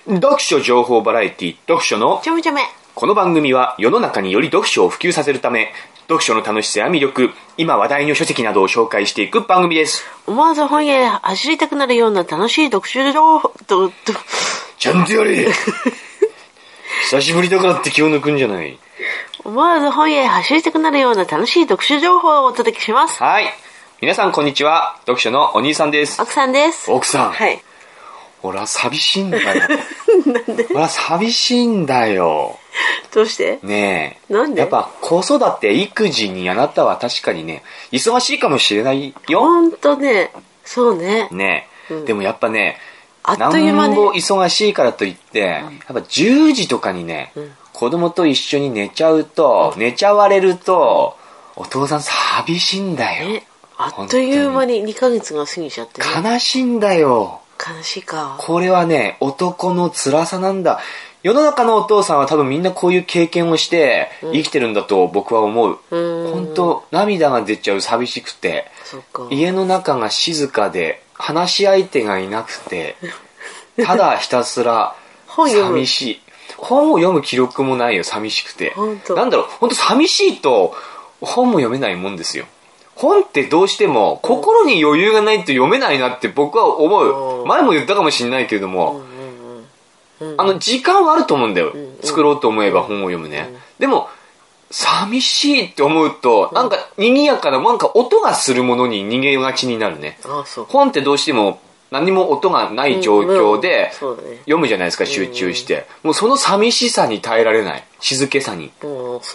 読書情報バラエティ読書のちょめちょめ。 この番組は世の中により読書を普及させるため、読書の楽しさや魅力、今話題の書籍などを紹介していく番組です。 思わず本屋へ走りたくなるような楽しい読書情報ちゃんとやれ久しぶりだからって気を抜くんじゃない。 思わず本屋へ走りたくなるような楽しい読書情報をお届けします。 はい、皆さんこんにちは。読書のお兄さんです。 奥さんです。 奥さん、 はい。 俺は寂しいんだよなんで？ 俺は寂しいんだよ。 どうしてねえ、 なんで？ やっぱ子育て育児にあなたは確かにね忙しいかもしれないよ。 ほんとね、そうね。 ねえ、 うん、 でもやっぱね、 あっという間ね、 なんぼ忙しいからといって、やっぱ10時とかにね、子供と一緒に寝ちゃうと、寝ちゃわれると、お父さん寂しいんだよ。 あっという間に2ヶ月が過ぎちゃってね。 悲しいんだよ。 悲しいか。 これはね、男の辛さなんだ。世の中のお父さんは多分みんなこういう経験をして生きてるんだと僕は思う。本当涙が出ちゃう、寂しくて。 そっか。家の中が静かで、話し相手がいなくて、ただひたすら寂しい。本を読む気力もないよ、寂しくて。なんだろう、本当寂しいと本も読めないもんですよ。本ってどうしても心に余裕がないと読めないなって僕は思う。前も言ったかもしれないけれども、時間はあると思うんだよ。作ろうと思えば本を読むね。でも寂しいって思うと、なんか賑やかな、なんか音がするものに逃げがちになるね。本ってどうしても何も音がない状況で読むじゃないですか、集中して。もうその寂しさに耐えられない。静けさに。あ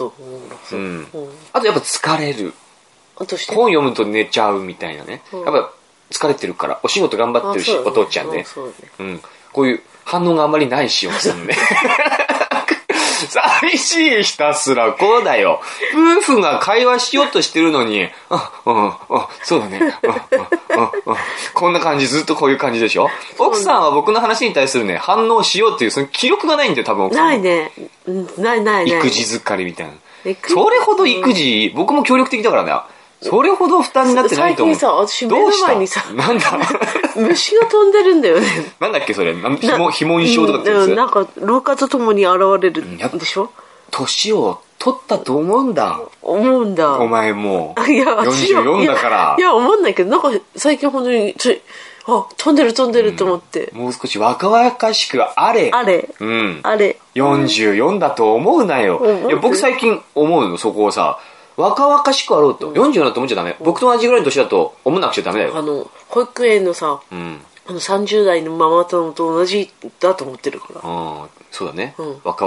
とやっぱ疲れる。本読むと寝ちゃうみたいなね。やっぱ疲れてるから、お仕事頑張ってるし、お父ちゃんね。こういう反応があんまりないし、奥さんね。寂しい、ひたすらこうだよ。夫婦が会話しようとしてるのに、そうだね。こんな感じ、ずっとこういう感じでしょ。奥さんは僕の話に対するね、反応しようっていうその気力がないんだよ、多分奥さん。 ないね。ない。 育児疲れみたいな。それほど育児、僕も協力的だからね。それほど負担になってないと思う。 最近さ、私目の前にさ、 なんだ虫が飛んでるんだよね。 なんだっけそれ、ひも印象とかってやつ？ なんか老化とともに現れるんでしょ。 年を取ったと思うんだ。お前もう44だから。 いや思んないけど、なんか最近本当に飛んでると思って、 もう少し若々しくあれ。 あれ 44だと思うなよ。いや僕最近思うの、そこをさ、若々しくあろうと、40だと思っちゃダメ。僕と同じぐらいの年だと思わなくちゃダメだよ。 保育園のさ、30代のママ友と同じだと思ってるから。 そうだね。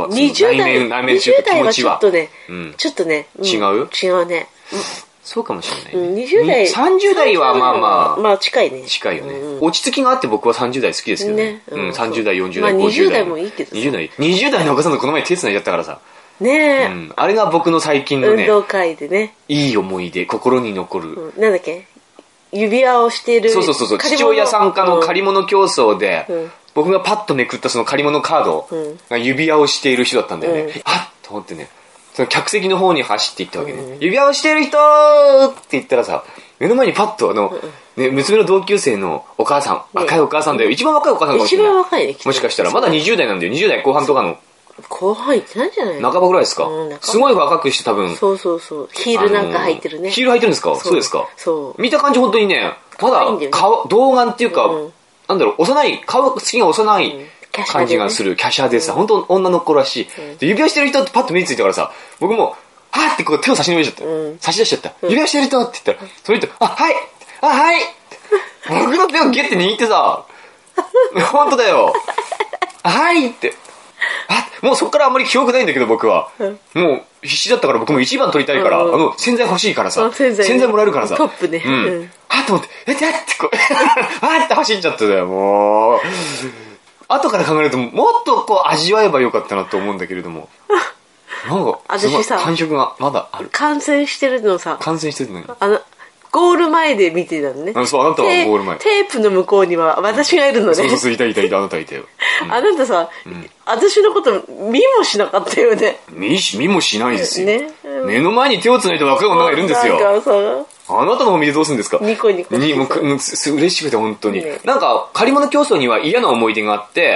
20代はちょっとね、違うね。 そうかもしれない。 20代、 30代はまあ近いね。 近いよね。落ち着きがあって僕は30代好きですけどね。30代、40代、 50代もいいけど。 20代のお母さんとこの前手つないじゃったからさ。 ねえ、あれが僕の最近のね、 運動会でね、 いい思い出、心に残る。 なんだっけ、指輪をしている。 そう父親参加の借り物競争で、僕がパッとめくったその借り物カードが指輪をしている人だったんだよね。あっと思ってね、その客席の方に走っていったわけね。指輪をしている人って言ったらさ、目の前にパッと娘の同級生のお母さん、若いお母さんだよ。一番若いお母さんかもしれない。 一番若いね。 もしかしたらまだ20代なんだよ。20代後半とかの。 後半いってないんじゃない？ 半ばぐらいですか。すごい若くして多分。 そう。ヒールなんか履いてるね。 ヒール履いてるんですか？そうですか。 そう。 見た感じ本当にね、まだ童顔っていうか、なんだろう、顔つきが幼い感じがする。華奢でさ、本当女の子らしい。指輪してる人ってパッと目についたからさ、僕も、はぁってこう手を差し出しちゃった。指輪してる人って言ったら、その人、はい僕の手をギュッて握ってさ、本当だよ。はいって。もうそっからあんまり記憶ないんだけど僕は。もう必死だったから僕も一番取りたいから、洗剤欲しいからさ、洗剤もらえるからさ。 トップね。 と思って、ってこう、って走っちゃったよ、もう。後から考えると、もっとこう味わえばよかったなと思うんだけれども。なんか、私さ、感触がまだある。 感染してるのさ、ゴール前で見てたのね。 そう、あなたはゴール前。 テープの向こうには私がいるのね。 そう、いた、あなたいたよ。 あなたさ、私のこと見もしなかったよね。 見もしないですよ。目の前に手をつないで若い女がいるんですよ。あなたの方見てどうするんですか？ ニコ嬉しくて本当に。なんか、借り物競争には嫌な思い出があって、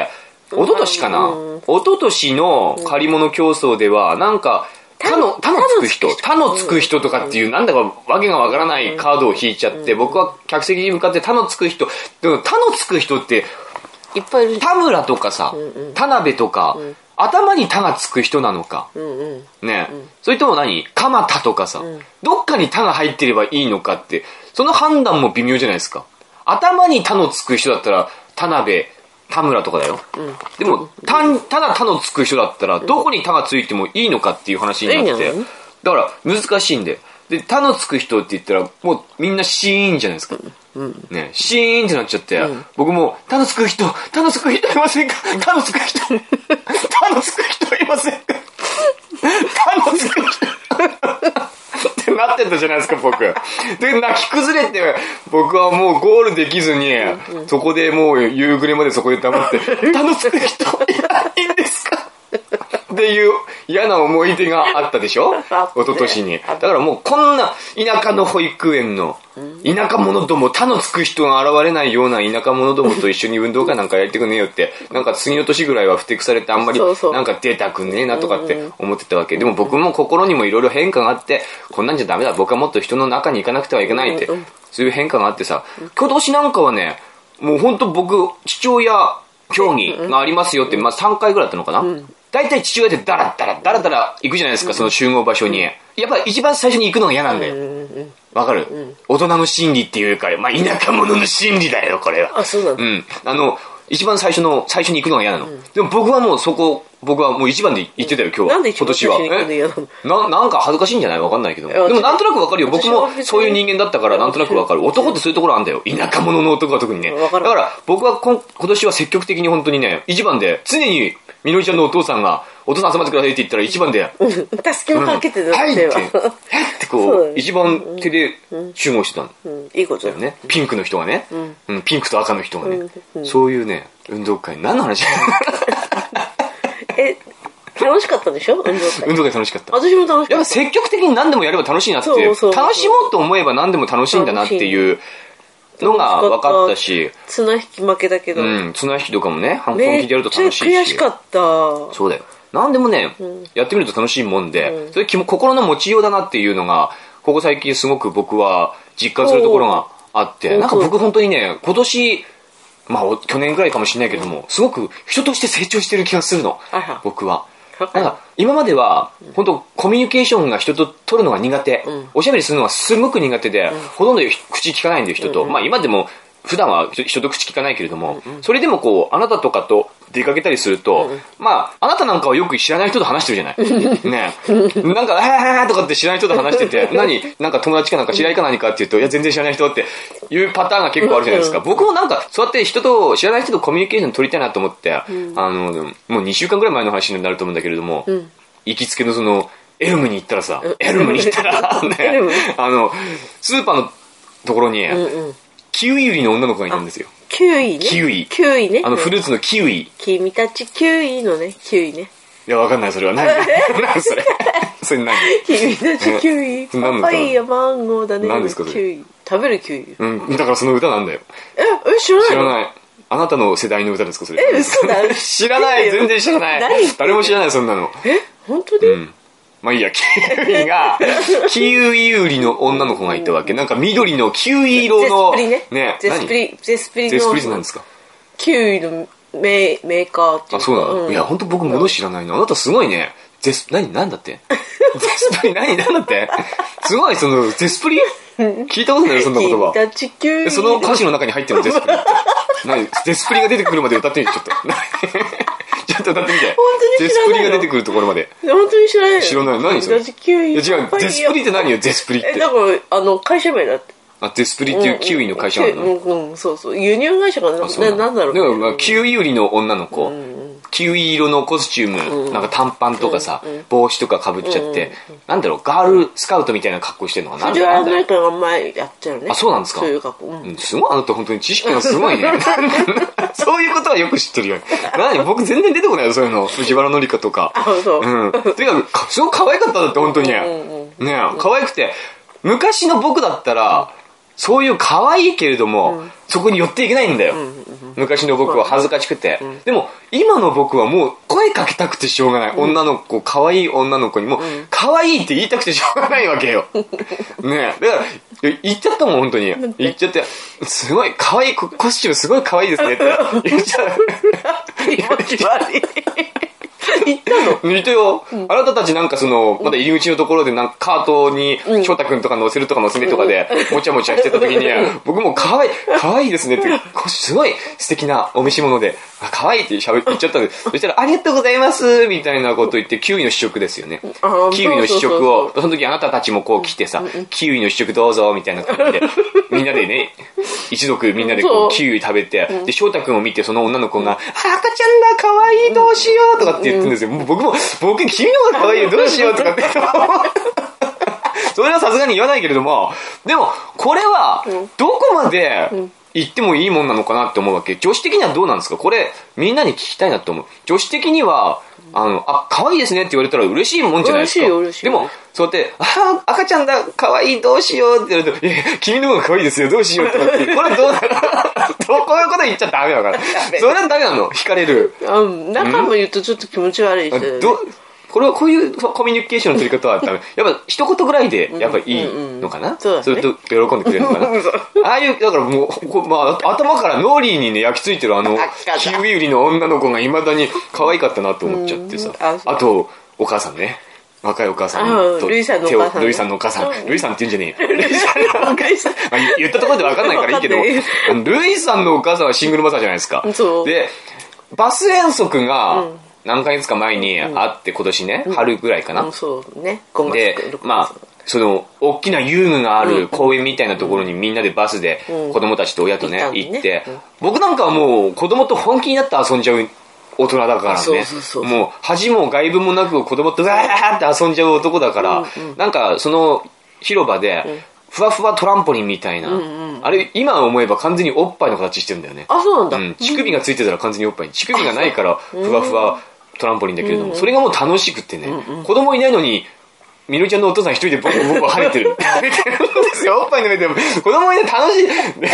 一昨年かな、一昨年の借り物競争では、なんか、他のつく人とかっていう、なんだかわけがわからないカードを引いちゃって、僕は客席に向かって他のつく人、でも他のつく人って、 いっぱいいる。 田村とかさ、田辺とか、頭に田がつく人なのか。ね。それとも蒲田とかさ、どっかに田が入ってればいいのかって、その判断も微妙じゃないですか。頭に田のつく人だったら、田辺、田村とかだよ。でも、ただ田のつく人だったら、どこに田がついてもいいのかっていう話になって、だから難しいんで。で、田のつく人って言ったら、もうみんなシーンじゃないですか。ね、シーンってなっちゃって、僕も、田のつく人いませんか？田のつく人いませんか？田のつく人ってなってたじゃないですか、僕。で、泣き崩れて、僕はもうゴールできずに、そこでもう夕暮れまでそこで黙って、田のつく人いないんですか？っていう嫌な思い出があったでしょ？一昨年に。だからもうこんな田舎の保育園の田舎者ども、他のつく人が現れないような田舎者どもと一緒に運動会なんかやりてくんねえよって、なんか次の年ぐらいはふてくされてあんまりなんか出たくねえなとかって思ってたわけ。でも僕も心にもいろいろ変化があって、こんなんじゃダメだ、僕はもっと人の中に行かなくてはいけないって、そういう変化があってさ、今年なんかはね、もうほんと僕、父親競技がありますよって、まあ3回ぐらいだったのかな。大体父親ってダラダラ行くじゃないですか、その集合場所に。やっぱり一番最初に行くのが嫌なんだよ。わかる？大人の心理っていうか、まあ田舎者の心理だよ、これは。 あ、そうなんだ。一番最初に行くのが嫌なの。でも僕はもう僕はもう一番で行ってたよ、今日は。 なんで一番最初に行くの嫌なの？ なんか恥ずかしいんじゃない？わかんないけど。でもなんとなくわかるよ。僕もそういう人間だったからなんとなくわかる。男ってそういうところあんだよ。田舎者の男は特にね。だから僕は今年は積極的に本当にね、一番で常にみのりちゃんのお父さんが、お父さん集まってくださいって言ったら一番で、 助けもかけてたはいって、こう、一番手で集合してたの。 いいことだよね。ピンクの人がね、ピンクと赤の人がね、そういうね、運動会、何の話？ 楽しかったでしょ？ 運動会楽しかった。 私も楽しかった。 やっぱ積極的に何でもやれば楽しいなって、楽しもうと思えば何でも楽しいんだなっていう、のが分かったし、 綱引き負けだけど、 綱引きとかもね、本気でやると楽しいし、 めっちゃ悔しかった。 そうだよ。何でもね、やってみると楽しいもんで、それ心の持ちようだなっていうのが、ここ最近すごく僕は実感するところがあって、なんか僕本当にね、今年、まあ去年ぐらいかもしれないけども、すごく人として成長してる気がするの、僕は。なんか今までは本当コミュニケーションが人と取るのが苦手、おしゃべりするのがすごく苦手で、ほとんど口聞かないんだよ人と、まあ今でも普段は人と口聞かないけれども、それでもこうあなたとかと出かけたりすると、まああなたなんかはよく知らない人と話してるじゃないね。なんかはとかって知らない人と話してて、なんか友達かなんか知り合いか何かって言うと、いや全然知らない人っていうパターンが結構あるじゃないですか。僕もなんかそうやって知らない人とコミュニケーション取りたいなと思って、もう2週間ぐらい前の話になると思うんだけれども、行きつけのそのエルムに行ったらさ、エルムに行ったらね、スーパーのところにキウイ売りの女の子がいたんですよ。 キウイね。 キウイね。フルーツのキウイ。 君たちキウイのね、キウイね。 いや、わかんない、それは。何それ。それ何？ 君たちキウイ。パパイヤマンゴーだね。 何ですか、それ。 キウイ。食べるキウイ。 だからその歌なんだよ。 知らないの？ 知らない。あなたの世代の歌ですか、それ。 嘘だ。 知らない、全然知らない。誰も知らない、そんなの。 本当に？ まあいいや、キウイ売りの女の子がいたわけ。なんか緑のキウイ色の。 ゼスプリ。ゼスプリって何ですか？ キウイのメーカーっていうか。 あ、そうなの？いや、本当僕物知らないの。あなたすごいね。なんだってゼスプリなんだってすごい、その、ゼスプリ聞いたことないよ、そんな言葉。その歌詞の中に入ってるの、ゼスプリって。ゼスプリが出てくるまで歌ってみて、ちょっと。ちょっと歌ってみて。ゼスプリが出てくるところまで。 本当に知らない。 知らない。何それ？いや違う、ゼスプリって何よ、ゼスプリって。 だから、会社名だって。 ゼスプリっていうキウイの会社なの？ そうそう。輸入会社かな。なんだろう。 でも、キウイ売りの女の子。キウイ色のコスチューム、なんか短パンとかさ、帽子とか被っちゃって、なんだろう、ガールスカウトみたいな格好してるのかな。 藤原紀香が前やっちゃうね。 あ、そうなんですか？ そういう格好。 すごい、あなた本当に知識がすごいね。そういうことはよく知ってるよ。僕全然出てこないよ、そういうの。藤原紀香とか。 そう。 とにかく、すごく可愛かったんだって、本当に。ね可愛くて、昔の僕だったら、そういう可愛いけれども、 そこに寄っていけないんだよ。昔の僕は恥ずかしくて。でも、今の僕はもう声かけたくてしょうがない。女の子、可愛い女の子にも、可愛いって言いたくてしょうがないわけよ。ねえ。だから、言っちゃったもん、本当に。言っちゃって、すごい、可愛い、コスチュームすごい可愛いですねって言っちゃう。 行ったの？ 行ったよ。あなたたちなんかまだ入り口のところでなんかカートに翔太くんとか乗せるとか乗せめとかでもちゃもちゃしてた時に僕も可愛いですねって、すごい素敵なお召し物で可愛いって言っちゃったんで、そしたらありがとうございますみたいなこと言ってキウイの試食ですよね。キウイの試食を、その時あなたたちもこう来てさ、キウイの試食どうぞみたいな感じで、みんなでね、一族みんなでこうキウイ食べて、で、翔太くんを見てその女の子が、赤ちゃんだ可愛いどうしようとかって言ってるんですよ。もう僕君の方が可愛いよどうしようとかってそれはさすがに言わないけれども、でもこれはどこまで言ってもいいもんなのかなって思うわけ。女子的にはどうなんですか？これみんなに聞きたいなって思う。女子的には可愛いですねって言われたら嬉しいもんじゃないですか。 嬉しい。 でもそうやって赤ちゃんだ可愛いどうしようって言われると、君の方が可愛いですよどうしようとかって、これどうなのこういうこと言っちゃダメだから。それはダメなの？惹かれる。 仲も言うとちょっと気持ち悪いですよね。 こういうコミュニケーションの取り方はダメ。やっぱ一言ぐらいでやっぱいいのかな？それと喜んでくれるのかな？ああいう、だからもう、頭からノーリーにね、焼き付いてるキウイ売りの女の子が未だに可愛かったなと思っちゃってさ。あと、お母さんね。若いお母さんとルイさんのお母さん。 ルイさんのお母さん。ルイさんって言うんじゃねえよ。ルイさん。言ったところで分かんないからいいけど、ルイさんのお母さんはシングルマザーじゃないですか。で、バス遠足が、何ヶ月か前にあって今年ね、春ぐらいかな。 そうね。 で、大きな遊具がある公園みたいなところにみんなでバスで子供たちと親とね、行って、僕なんかはもう子供と本気になって遊んじゃう大人だからね。もう恥も外部もなく子供とわーって遊んじゃう男だから、なんかその広場で、ふわふわトランポリンみたいな、あれ今思えば完全におっぱいの形してるんだよね。 あ、そうなんだ。 乳首がついてたら完全におっぱい。乳首がないからふわふわトランポリンだけれども、それがもう楽しくってね、子供いないのにみのりちゃんのお父さん一人でボコボコ跳ねてる。跳ねてるんですよ。おっぱいの上でも子供いない楽しい。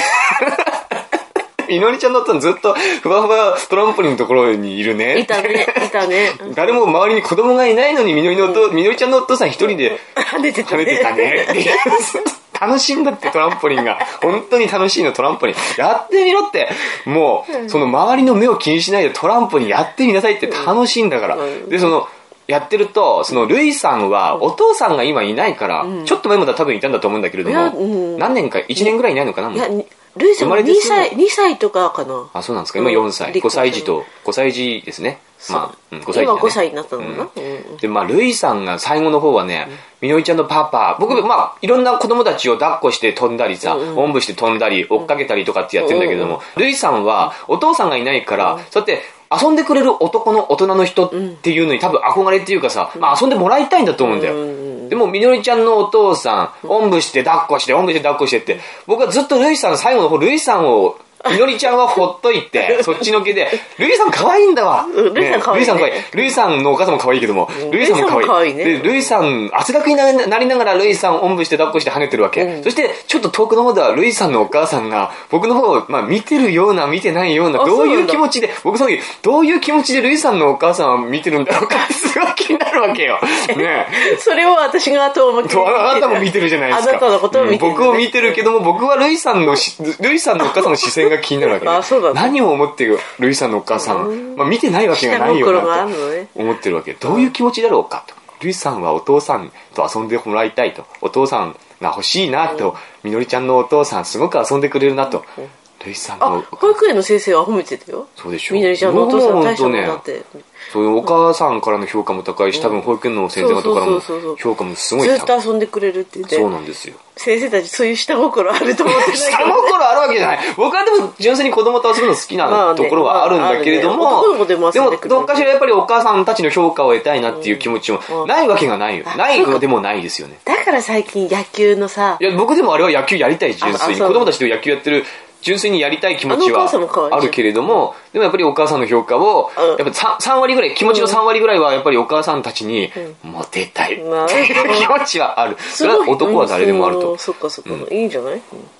みのりちゃんのお父さんずっとふわふわトランポリンのところにいるね。 いたね。 誰も周りに子供がいないのにみのりちゃんのお父さん一人で跳ねてたね。楽しいんだってトランポリンが。本当に楽しいのトランポリン。やってみろって。もう、その周りの目を気にしないでトランポリンやってみなさいって楽しいんだから。で、やってると、ルイさんはお父さんが今いないから、ちょっと前まで多分いたんだと思うんだけれども、何年か、1年ぐらいいないのかな？もうルイさんは2歳とかかな。 あ、そうなんですか。今4歳。5歳児ですね。まあ、5歳児、ね。 今5歳になったのかな。 で、ルイさんが最後の方はね、みのりちゃんのパパ、僕、いろんな子供たちを抱っこして飛んだりさ、おんぶして飛んだり、追っかけたりとかってやってるんだけども、ルイさんはお父さんがいないから、そうやって遊んでくれる男の大人の人っていうのに多分憧れっていうかさ、遊んでもらいたいんだと思うんだよ。でもみのりちゃんのお父さん、おんぶして抱っこしてって、僕はずっとルイさん、最後の方ルイさんをみのりちゃんはほっといて、そっちのけで、ルイさん可愛いんだわ。 ルイさん可愛い。 ルイさんのお母さんも可愛いけども、ルイさんも可愛い。で、ルイさん、汗だくになりながらルイさんをおんぶして抱っこして跳ねてるわけ。そして、ちょっと遠くの方ではルイさんのお母さんが、僕の方を、見てるような、見てないような、どういう気持ちで、僕その時、どういう気持ちでルイさんのお母さんは見てるんだろうかってすごい気になるわけよ。ねそれを私が後を思ってあなたも見てるじゃないですか。 あなたのことを見てる。 僕を見てるけども、僕はルイさんのお母さんの視線が気になるわけ。何を思ってるルイさんのお母さん、見てないわけがないよなと思ってるわけ。どういう気持ちだろうかと。ルイさんはお父さんと遊んでもらいたいと。お父さんが欲しいなと。みのりちゃんのお父さんすごく遊んでくれるなと。ルイさんの保育園の先生は褒めてたよ。 そうでしょ。 みのりちゃんのお父さん大したもんだって。 そういうお母さんからの評価も高いし、多分保育園の先生方からも評価もすごい高い。 ずっと遊んでくれるって言って。 そうなんですよ。 先生たちそういう下心あると思ってない。 下心あるわけじゃない。僕はでも純粋に子供と遊ぶの好きなところはあるんだけれども、でもどっかしらやっぱりお母さんたちの評価を得たいなっていう気持ちもないわけがないよ。ないのでもないですよね。 だから最近野球のさ。 いや僕でもあれは野球やりたい純粋に。子供たちと野球やってる純粋にやりたい気持ちはあるけれども、でもやっぱりお母さんの評価を、やっぱ3割ぐらい、気持ちの3割ぐらいはやっぱりお母さんたちにモテたいっていう気持ちはある。それは男は誰でもあると。 そっかそっか、いいんじゃない？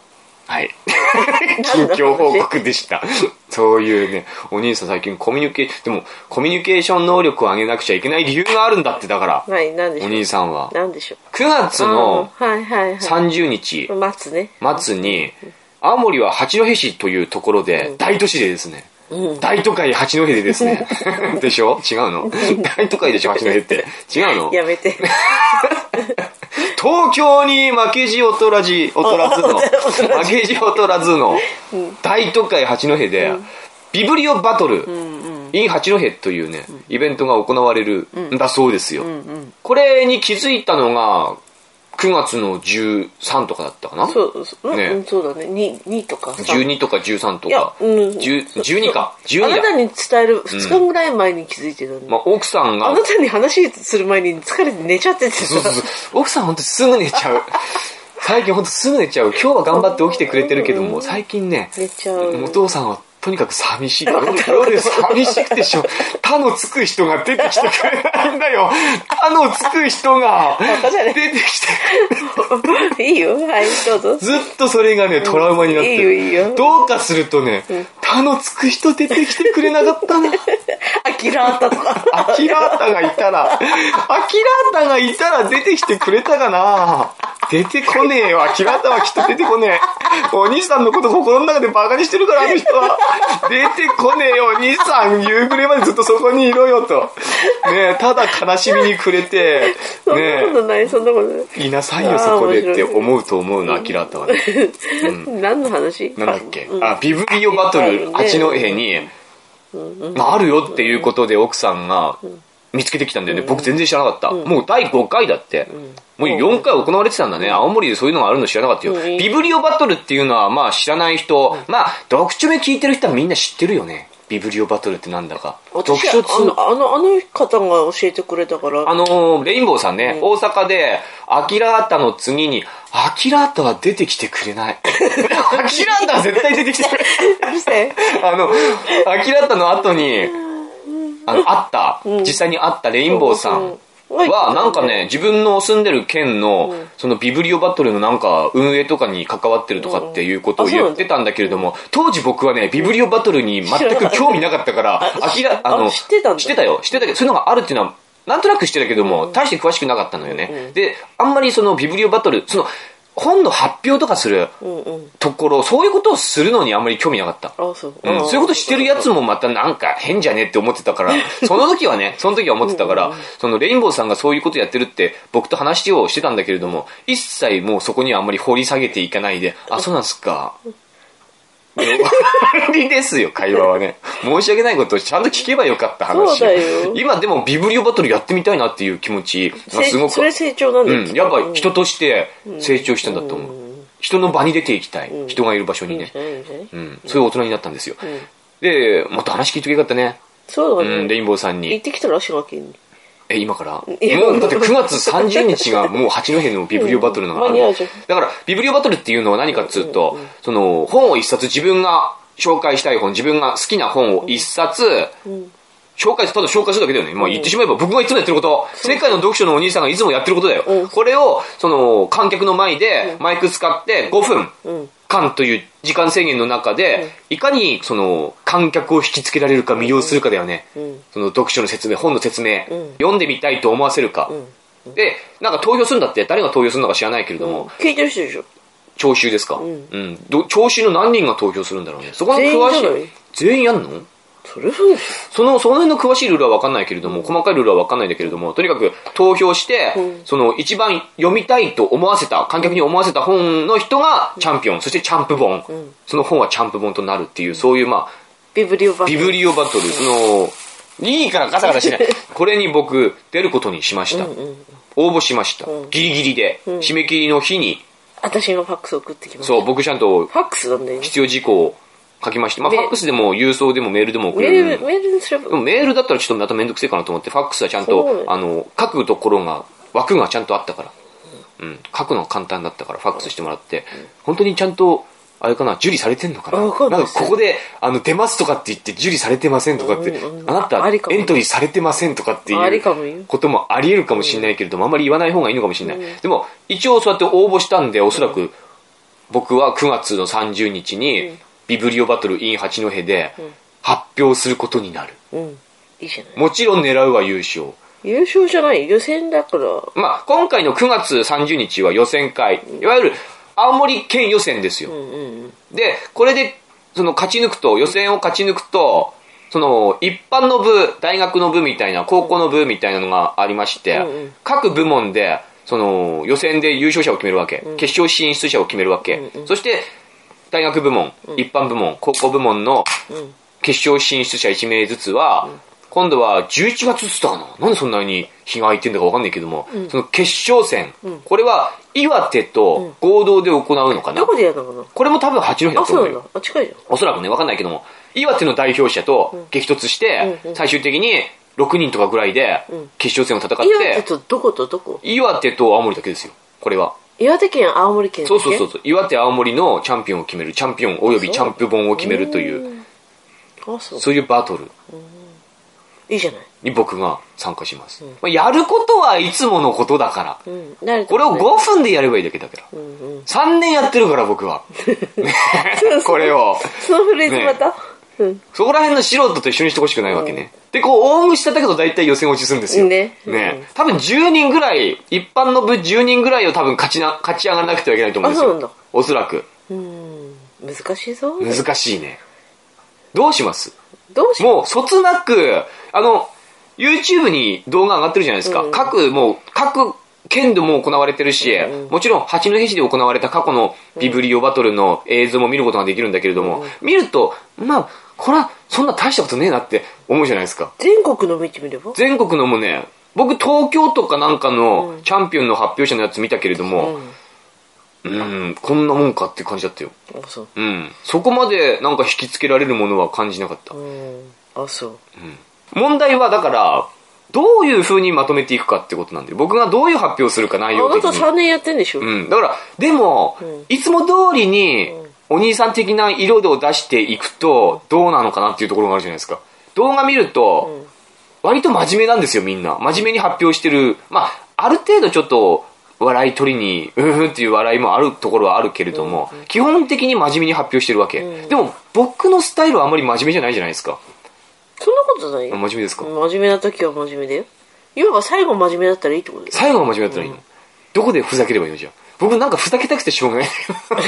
はい。近況報告でした。そういうね、お兄さん最近コミュニケーション能力を上げなくちゃいけない理由があるんだって、だから。 はい、なんでしょう。 お兄さんは。 なんでしょう。 9月の30日、末に、青森は八戸市というところで、大都市でですね、大都会八戸でですね。でしょ違うの大都会でしょ八戸って。違うのやめて。 東京に負けじ劣らずの大都会八戸でビブリオバトル in 八戸というねイベントが行われるんだそうですよ。これに気づいたのが9月の13とかだったかな。 そうね、そうだね。2とか 12とか13とか12か12だ。 あなたに伝える2日ぐらい前に気づいてたんだ。 奥さんがあなたに話する前に疲れて寝ちゃっててさ。 そう奥さんほんとすぐ寝ちゃう。最近ほんとすぐ寝ちゃう。今日は頑張って起きてくれてるけども最近ね寝ちゃう。 お父さんはとにかく寂しい。夜寂しくて他のつく人が出てきてくれないんだよ。他のつく人が出てきていいよ、はい、どうぞ。 ずっとそれがね、トラウマになってる。 いいよ。 どうかするとね、他のつく人出てきてくれなかったな。 アキラータとか。 アキラータがいたら出てきてくれたかな。出てこねえよ。アキラータはきっと出てこねえ。お兄さんのこと心の中でバカにしてるから、あの人は。出てこねえよ、お兄さん。夕暮れまでずっとそこにいろよと。ねえ、ただ悲しみに暮れて、 そんなことない、そんなことない。 いなさいよ、そこでって思うと思うの、アキラータはね。 何の話？ なんだっけ。ビブリオバトル八戸に、あるよっていうことで奥さんが見つけてきたんだよね。僕全然知らなかった。もう第5回だって。もう4回行われてたんだね。青森でそういうのがあるの知らなかったよ。ビブリオバトルっていうのはまあ知らない人、まあ読書目聞いてる人はみんな知ってるよね。ビブリオバトルってなんだか。 読書通あの方が教えてくれたから。 レインボーさんね、大阪でアキラータの次にアキラータは出てきてくれない。アキラータは絶対出てきてくれない。 うるせえ。 アキラータの後に実際に会ったレインボーさんはなんかね、自分の住んでる県のそのビブリオバトルのなんか運営とかに関わってるとかっていうことを言ってたんだけれども、当時僕はねビブリオバトルに全く興味なかったから知ってたんだ。 知ってたよ。知ってたけどそういうのがあるっていうのはなんとなく知ってたけども大して詳しくなかったのよね。であんまりそのビブリオバトル本の発表とかするところ、そういうことをするのにあんまり興味なかった。そういうことしてるやつもまたなんか変じゃねって思ってたから、その時は思ってたから、そのレインボーさんがそういうことやってるって僕と話をしてたんだけれども、一切もうそこにはあんまり掘り下げていかないで、あ、そうなんすか。終わりですよ、会話はね。申し訳ないことをちゃんと聞けばよかった話。 そうだよ。 今でもビブリオバトルやってみたいなっていう気持ちがすごく。 それ成長なんだよ。 やっぱ人として成長したんだと思う。人の場に出ていきたい。人がいる場所にね。そういう大人になったんですよ。で、もっと話聞いとけよかったね。 そうだね。 レインボーさんに。 行ってきたらしいわけに。 今からもうだって9月30日がもう八戸のビブリオバトルがある。だからビブリオバトルっていうのは何かっつうと、その本を一冊自分が紹介したい本、自分が好きな本を一冊ただ紹介するだけだよね。まあ言ってしまえば僕がいつもやってること、世界の読書のお兄さんがいつもやってることだよ。これをその観客の前でマイク使って5分間という時間制限の中でいかにその観客を引きつけられるか魅了するかだよね。その読書の説明、本の説明、読んでみたいと思わせるか。で、なんか投票するんだって。誰が投票するのか知らないけれども。 聞いてる人でしょ。 聴衆ですか。聴衆の何人が投票するんだろうね。そこの詳しい。全員やんの？ それそうでしょ。 その辺の詳しいルールは分かんないけれども、細かいルールは分かんないんだけれども、とにかく投票して、その一番読みたいと思わせた、観客に思わせた本の人がチャンピオン、そしてチャンプ本、その本はチャンプ本となるっていう、そういうまあ、 ビブリオバトル、いいからガサガサしない。これに僕、出ることにしました。応募しました。ギリギリで、締め切りの日に。 私がファックス送ってきました。 そう、僕ちゃんと、 ファックスなんだよね。 必要事項を書きまして、まあファックスでも郵送でもメールでも送れる。 メールにすれば。 でもメールだったらちょっとまためんどくせえかなと思って、ファックスはちゃんと、書くところが、枠がちゃんとあったから。書くのが簡単だったからファックスしてもらって、本当にちゃんと、あれかな、受理されてんのかな。なんかここで、出ますとかって言って受理されてませんとかって、あなたエントリーされてませんとかっていうこともあり得るかもしれないけれども、あんまり言わない方がいいのかもしれない。でも、一応そうやって応募したんで、おそらく、 僕は9月の30日に、ビブリオバトル in 八戸で発表することになる。 いいじゃない。 もちろん狙うは優勝。 優勝じゃない、予選だから。 まあ、今回の9月30日は予選会。いわゆる、青森県予選ですよ。で、これで、勝ち抜くと、予選を勝ち抜くと、一般の部、大学の部みたいな、高校の部みたいなのがありまして、各部門で、予選で優勝者を決めるわけ。決勝進出者を決めるわけ。そして、大学部門、一般部門、高校部門の決勝進出者1名ずつは、今度は11月スターな。なんでそんなに日が空いてんだか分かんないけども、その決勝戦、これは岩手と合同で行うのかな。 どこでやるのかな。 これも多分八戸だと思うよ。 そうなんだ。あ、近いじゃん。 おそらくね、分かんないけども、岩手の代表者と激突して、最終的に6人とかぐらいで決勝戦を戦って、 岩手とどことどこ？ 岩手と青森だけですよ、これは。 岩手県、青森県だけ？ そう。岩手、青森のチャンピオンを決める、チャンピオンおよびチャンプ本を決めるという、そういうバトル。 いいじゃない。 に僕が参加します。やることはいつものことだから。これを5分でやればいいだけだから。3年やってるから僕は。これを。 そのフレーズまた？ そこら辺の素人と一緒にしてほしくないわけね。で、大口叩くと大体予選落ちするんですよ。ね。多分10人ぐらい、一般の部10人ぐらいを多分勝ち上がらなくてはいけないと思うんですよ。 あ、そうなんだ。 おそらく。 難しいぞ。 難しいね。どうしますもう、そつなく、YouTube に動画上がってるじゃないですか。各県でも行われてるし、もちろん八戸市で行われた過去のビブリオバトルの映像も見ることができるんだけれども、見ると、まあ、これはそんな大したことねえなって思うじゃないですか。 全国の見てみれば？全国のもね、僕東京とかなんかのチャンピオンの発表者のやつ見たけれども、こんなもんかって感じだったよ。そこまでなんか引きつけられるものは感じなかった。問題はだから、どういう風にまとめていくかってことなんで、僕がどういう発表するか内容的に。 あなた3年やってんでしょ。 だから、でも、いつも通りに、お兄さん的な色を出していくと、どうなのかなっていうところがあるじゃないですか。動画見ると、割と真面目なんですよ、みんな。真面目に発表してる。まあ、ある程度ちょっと、笑い取りに、っていう笑いもあるところはあるけれども、基本的に真面目に発表してるわけ。でも、僕のスタイルはあんまり真面目じゃないじゃないですか。 そんなことないよ。 真面目ですか？ 真面目な時は真面目だよ。いわば最後真面目だったらいいってことだよ。 最後が真面目だったらいいの？どこでふざければいいのじゃあ。僕なんかふざけたくてしょうがない。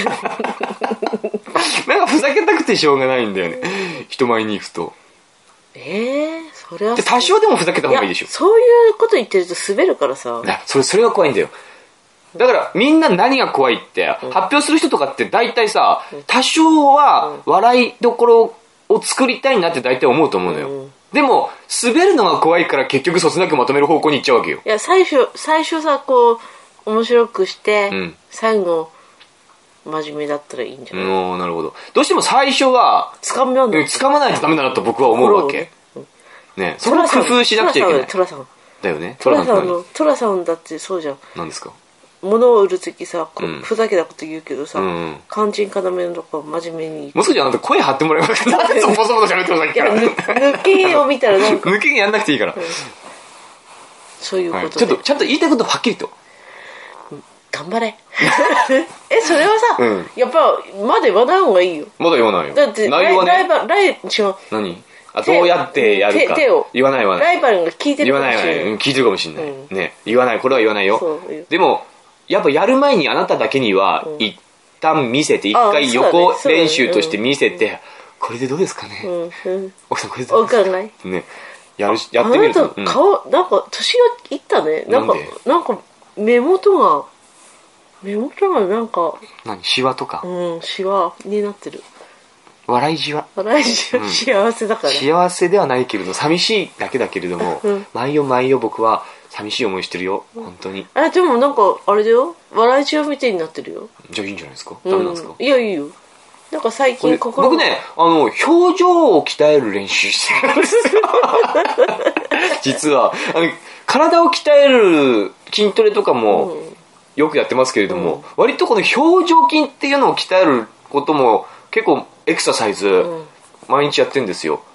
なんかふざけたくてしょうがないんだよね。人前に行くと。 それは。 多少でもふざけた方がいいでしょ。 そういうこと言ってると滑るからさ。 それが怖いんだよ。だからみんな何が怖いって、発表する人とかって大体さ、多少は笑いどころを作りたいなって大体思うと思うのよ。でも、滑るのが怖いから結局そつなくまとめる方向に行っちゃうわけよ。 いや、最初さ、こう、面白くして、最後、真面目だったらいいんじゃない？ なるほど。どうしても最初は、 つかまないとダメだなと僕は思うわけ。ね、それを工夫しなくちゃいけない。 トラさん。 だよね。 トラさんだってそうじゃん。 何ですか？ 物を売るときさ、ふざけたこと言うけどさ、肝心要のとこ真面目に。 もう少しあなた声張ってもらえますか？なんでそこそこ喋ってもらったから。 抜けを見たらなんか。 抜けやんなくていいから。 そういうことで。ちゃんと言いたいことはっきりと。 頑張れ。それはさ、やっぱ、まだ言わない方がいいよ。 まだ言わないよ。 だって、 内容はね。何？どうやってやるか。言わない。 ライバルが聞いてるかもしれない。 言わない。聞いてるかもしれない。ね。言わない。これは言わないよ。でも、やっぱやる前にあなただけには、一旦見せて、一回横練習として見せて、これでどうですかね。奥さんこれでどうですか？ わかんない。 ね。やってみると。 あなた顔、なんか、年がいったね。なんか、目元がなんか。 何？シワとか？ シワになってる。 笑いじわ。 幸せだから。 幸せではないけれど、寂しいだけだけれども、毎夜僕は寂しい思いしてるよ、本当に。 でもなんか、あれだよ。笑いじわみたいになってるよ。 じゃあいいんじゃないですか？ダメなんですか？ いや、いいよ。なんか最近僕ね、表情を鍛える練習してるんですよ。実は。体を鍛える筋トレとかもよくやってますけれども、割とこの表情筋っていうのを鍛えることも結構エクササイズ、毎日やってるんですよ。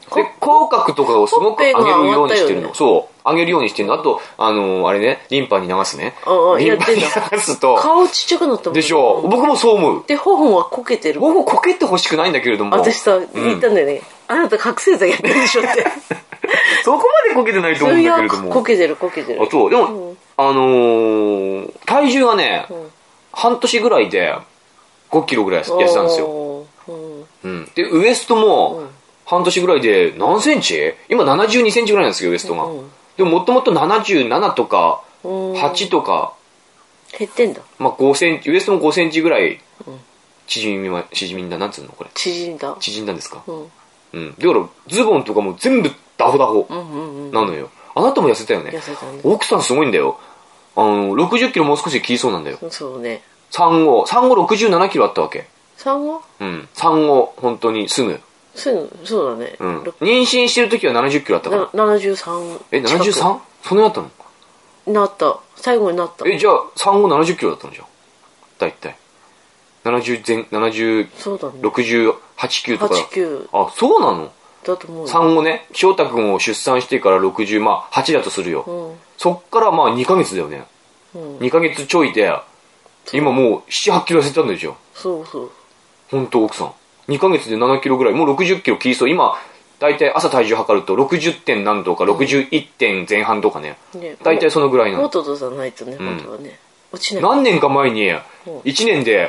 で、口角とかをすごく上げるようにしてるの。 ね、 そう。上げるようにしてるの。あと、あれね、リンパに流すね。リンパに流すと。 顔ちっちゃくなったもん。 でしょ。僕もそう思う。 で、頬はこけてる。 頬こけてほしくないんだけれども。 私さ、言ったんだよね。あなた覚醒剤やってるでしょって。 そこまでこけてないと思うんだけれども。 こけてる。あ、 そう。でも、体重がね、半年ぐらいで5キロぐらい痩せたんですよ。で、ウエストも、半年ぐらいで何センチ？今72センチぐらいなんですよ、ウエストが。でももともと77とか、8とか。 減ってんだ。 まあ5センチ、ウエストも5センチぐらい縮みんだ、なんつうのこれ。縮んだんですか。だからズボンとかも全部ダホダホなのよ。あなたも痩せたよね。奥さんすごいんだよ。60キロもう少しで切りそうなんだよ。 そうね。 産後67キロあったわけ。 産後？ 産後、本当にすぐ。 そうだね。 妊娠してる時は70キロあったから。 73。 73？ そんなになったの？ なった。最後になった。 じゃあ産後70キロだったのじゃん。だいたい。70、 そうだね。 68、9とか。 89。 あ、そうなの？ だと思う。 産後ね、翔太くんを出産してから60、まあ8だとするよ。そっからまあ2ヶ月だよね。2ヶ月ちょいで、今もう7、8キロ痩せたんでしょ。 そう。 ほんと奥さん。2ヶ月で7キロぐらい、もう60キロ切りそう。今、だいたい朝体重測ると60点何度か、61点前半とかね。だいたいそのぐらいなの。 もっと出さないとね、本当はね。落ちない。 何年か前に、1年で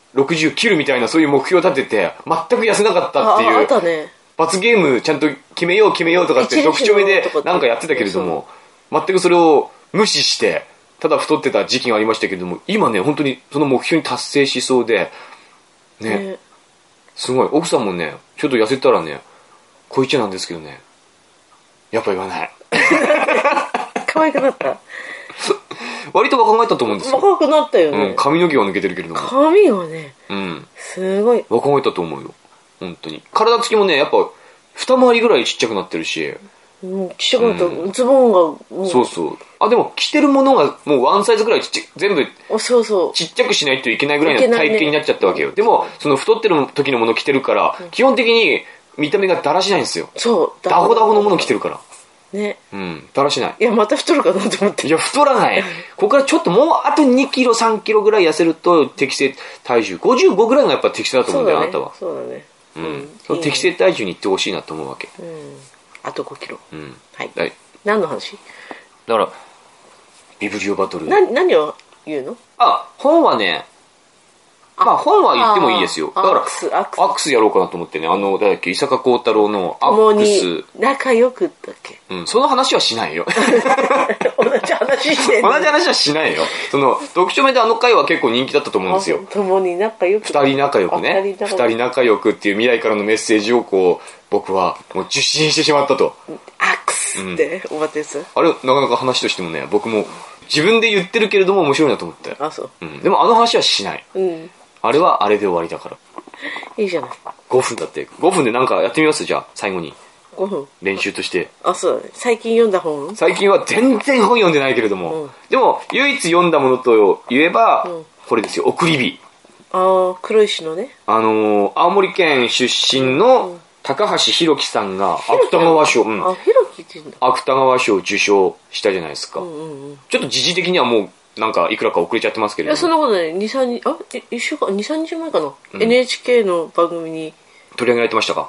60切るみたいなそういう目標を立てて、全く痩せなかったっていう。 あったね。 罰ゲームちゃんと決めようとかって読書目でなんかやってたけれども、全くそれを無視して、ただ太ってた時期がありましたけれども、今ね、本当にその目標に達成しそうで、ね。すごい。奥さんもね、ちょっと痩せたらね、こう言っちゃなんですけどね、やっぱ言わない。 可愛くなった？ 割と若返ったと思うんですよ。 若くなったよね。 髪の毛は抜けてるけれども。 髪はね、すごい。 若返ったと思うよ。本当に。体つきもね、やっぱ、二回りぐらいちっちゃくなってるし。 ちっちゃくなった。ズボンが。 そう。あ、でも着てるものがもうワンサイズぐらい全部、 そう。 ちっちゃくしないといけないぐらいの体型になっちゃったわけよ。でも、その太ってる時のもの着てるから、基本的に見た目がだらしないんですよ。 そう。 ダホダホのもの着てるから。 ね。 だらしない。 いや、また太るかなと思って。 いや、太らない。ここからちょっともうあと2キロ、3キロぐらい痩せると適正体重。55ぐらいがやっぱ適正だと思うんだよ、あなたは。 そうだね。 その適正体重に行ってほしいなと思うわけ。 あと5キロ。 はい。 何の話？ だから、ビブリオバトル。 何を言うの？ 本はね、まあ本は言ってもいいですよ。だから、アックスやろうかなと思ってね、誰だっけ、伊坂幸太郎のアックス。 仲良くだっけ？ その話はしないよ。 同じ話してんの？ 同じ話はしないよ。読書目で回は結構人気だったと思うんですよ。 共に仲良く。 二人仲良くね。二人仲良くっていう未来からのメッセージを僕はもう受信してしまったと。 アックスって終わったやつ？ あれ、なかなか話としてもね、僕も自分で言ってるけれども面白いなと思って。 そう。 でも話はしない。あれはあれで終わりだから。 いいじゃない。 5分だって。5分でなんかやってみます？じゃあ、最後に。 5分。 練習として。 そうだね。最近読んだ本？ 最近は全然本読んでないけれども。でも、唯一読んだものと言えば、これですよ。送り火。 黒石のね。 青森県出身の高橋宏樹さんが芥川賞、 宏樹って言うんだ。芥川賞を受賞したじゃないですか。ちょっと時事的にはもう、なんかいくらか遅れちゃってますけれども。 そんなことない。2、3日、1週間、2、3日前かな。NHK の番組に。 取り上げられてましたか？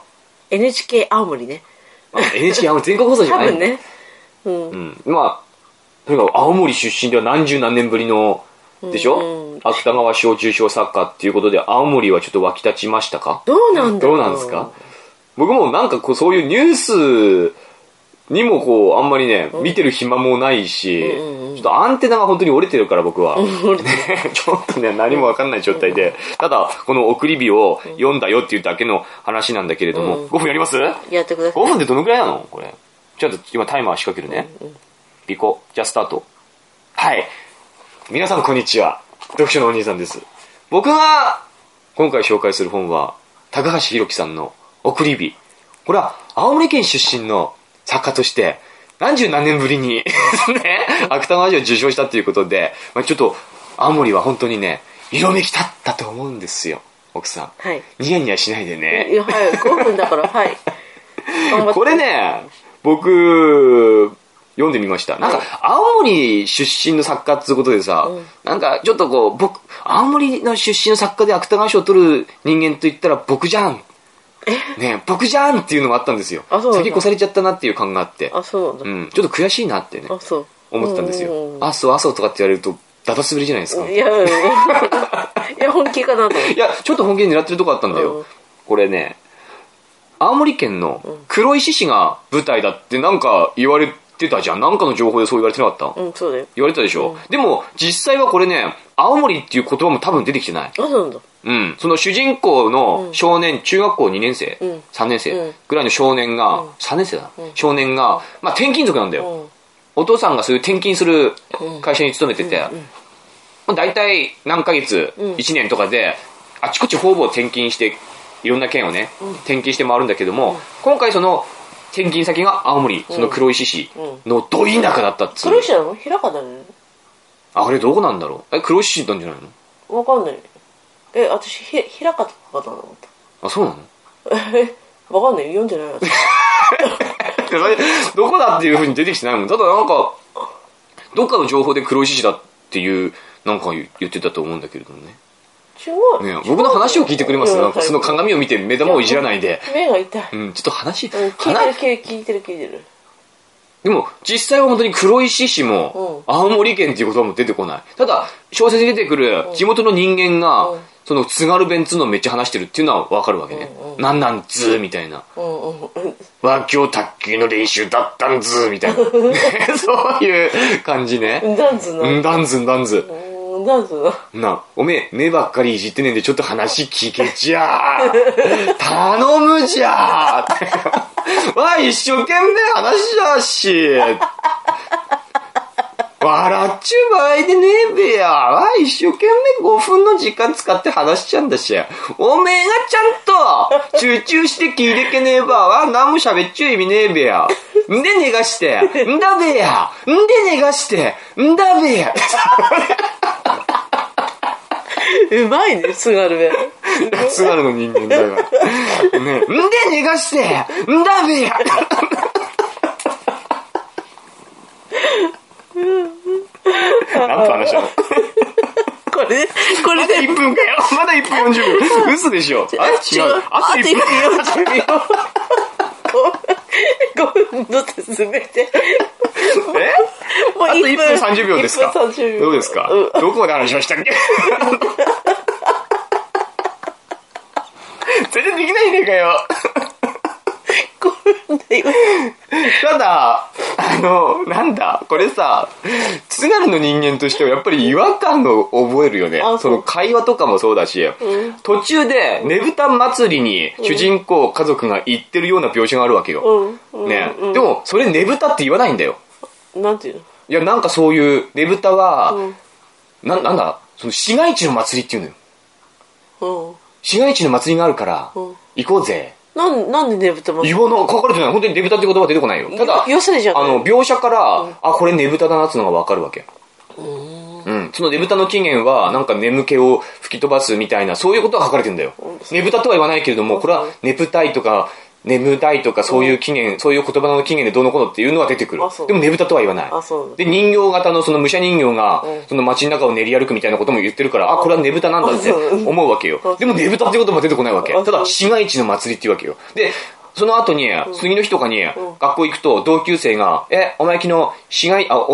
NHK 青森ね。 NHK 青森全国放送じゃない？ 多分ね。 まあ、とにかく青森出身では何十何年ぶりの、でしょ？芥川賞受賞作家っていうことで、青森はちょっと湧き立ちましたか？ どうなんだろう？ どうなんですか？僕もなんかそういうニュースにもあんまりね、見てる暇もないし、ちょっとアンテナが本当に折れてるから僕は。ちょっとね、何もわかんない状態で。ただ、この送り火を読んだよっていうだけの話なんだけれども、5分やります？ やってください。 5分でどのくらいなのこれ。ちょっと今タイマー仕掛けるね。リコ。じゃあスタート。はい。皆さんこんにちは。読書のお兄さんです。僕が今回紹介する本は、高橋宏樹さんの送り火。これは青森県出身の作家として何十何年ぶりにね、芥川賞を受賞したということで、ちょっと青森は本当にね、色めき立ったと思うんですよ、奥さん。 はい。 ニヤニヤしないでね。 いや、はい、5分だから、はい。 これね、僕、読んでみました。なんか、青森出身の作家っていうことでさ、なんか、ちょっとこう、僕、青森の出身の作家で芥川賞を取る人間と言ったら僕じゃん。ね、僕じゃんっていうのがあったんですよ。先越されちゃったなっていう感があって。 あ、そうなんだ。うん。ちょっと悔しいなってね。思ってたんですよ。あそうとかって言われると、ダダ滑りじゃないですか。いや、 本気かなと。 いや、ちょっと本気で狙ってるとこあったんだよ。これね、青森県の黒石市が舞台だってなんか言われてたじゃん。なんかの情報でそう言われてなかった？ そうだよ。 言われてたでしょ。でも、実際はこれね、青森っていう言葉も多分出てきてない。 そうなんだ。 その主人公の少年、中学校2年生、3年生ぐらいの少年が、3年生だ。少年が、まあ転勤族なんだよ。お父さんがそういう転勤する会社に勤めてて、だいたい何ヶ月、1年とかで、あちこち方々転勤して、いろんな県をね、転勤して回るんだけども、今回その転勤先が青森、その黒石市のど田舎だったっつう。 黒石なの？平方だね。 あれどこなんだろう？黒石市なんじゃないの？わかんない。私、平方かと思った。 あ、そうなの？ わかんない。読んでない私。 どこだっていう風に出てきてないもん。ただなんか、どっかの情報で黒石市だっていう、なんか言ってたと思うんだけれどもね。 違う。 ね、僕の話を聞いてくれます？なんかその鏡を見て目玉をいじらないで。 目が痛い。 ちょっと話、 聞いてる。 でも、実際は本当に黒石市も、青森県っていう言葉も出てこない。ただ、小説に出てくる地元の人間が、その津軽弁つのをめっちゃ話してるっていうのはわかるわけね。なんなんつーみたいな。わ、今日卓球の練習だったんずーみたいな。そういう感じね。 んだんず。 な、おめえ、目ばっかりいじってねえんでちょっと話聞けちゃー。頼むじゃー。わ、一生懸命話しちゃうし。笑っちゅう場合でねえべや。わ、一生懸命5分の時間使って話しちゃうんだし。おめえがちゃんと集中して聞いてけねえば、わ、何も喋っちゅう意味ねえべや。んで寝がして、んだべや。んで寝がして、んだべや。 うまいね、津軽弁。 津軽の人間だから。ね、んで寝がして、んだべや。何分話したの？ これでまだ1分かよ。まだ1分40秒。嘘でしょ。あ、違う。あと1分40秒。 5分のって進めて。 もうあと1分30秒ですか？ 1分30秒。 どうですか？どこまで話しましたっけ？全然できないねえかよ。ただ、なんだ、これさ、津軽の人間としてはやっぱり違和感を覚えるよね。その会話とかもそうだし、途中でねぶた祭りに主人公家族が行ってるような描写があるわけよ。ね。でも、それねぶたって言わないんだよ。 なんていうの？ いや、なんかそういうねぶたは、なんだ、その市街地の祭りっていうのよ。市街地の祭りがあるから、行こうぜ。 なんでねぶた祭り？ 書かれてない。本当にねぶたって言葉出てこないよ。ただ、描写から、あ、これねぶただなってのがわかるわけ。そのねぶたの起源は、なんか眠気を吹き飛ばすみたいな、そういうことが書かれてるんだよ。ねぶたとは言わないけれども、これはねぶたいとか、眠たいとかそういう起源、そういう言葉の起源でどうのこうのっていうのは出てくる。でもねぶたとは言わない。で、人形型のその武者人形が、その街の中を練り歩くみたいなことも言ってるから、あ、これはねぶたなんだって思うわけよ。でもねぶたってことも出てこないわけ。ただ、市街地の祭りっていうわけよ。で、その後に、次の日とかに、学校行くと同級生が、おめきの市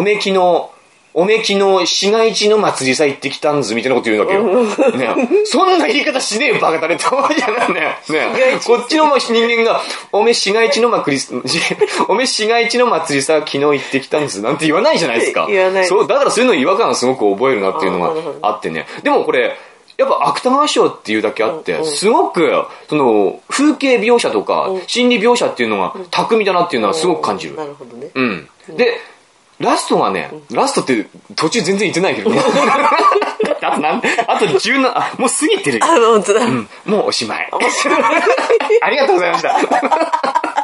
街地の祭りさ行ってきたんずみたいなこと言うわけよ。ね、そんな言い方しねえよバカだねって思うじゃないね。こっちの人間が、おめ市街地の祭りさ昨日行ってきたんずなんて言わないじゃないですか。 言わない。 そう、だからそういうの違和感をすごく覚えるなっていうのがあってね。でもこれ、やっぱ芥川賞っていうだけあって、すごく、その、風景描写とか、心理描写っていうのが巧みだなっていうのはすごく感じる。 なるほどね。 で、ラストがね、ラストって途中全然言ってないけどね。あと17、もう過ぎてる。 本当だ。 もうおしまい。ありがとうございました。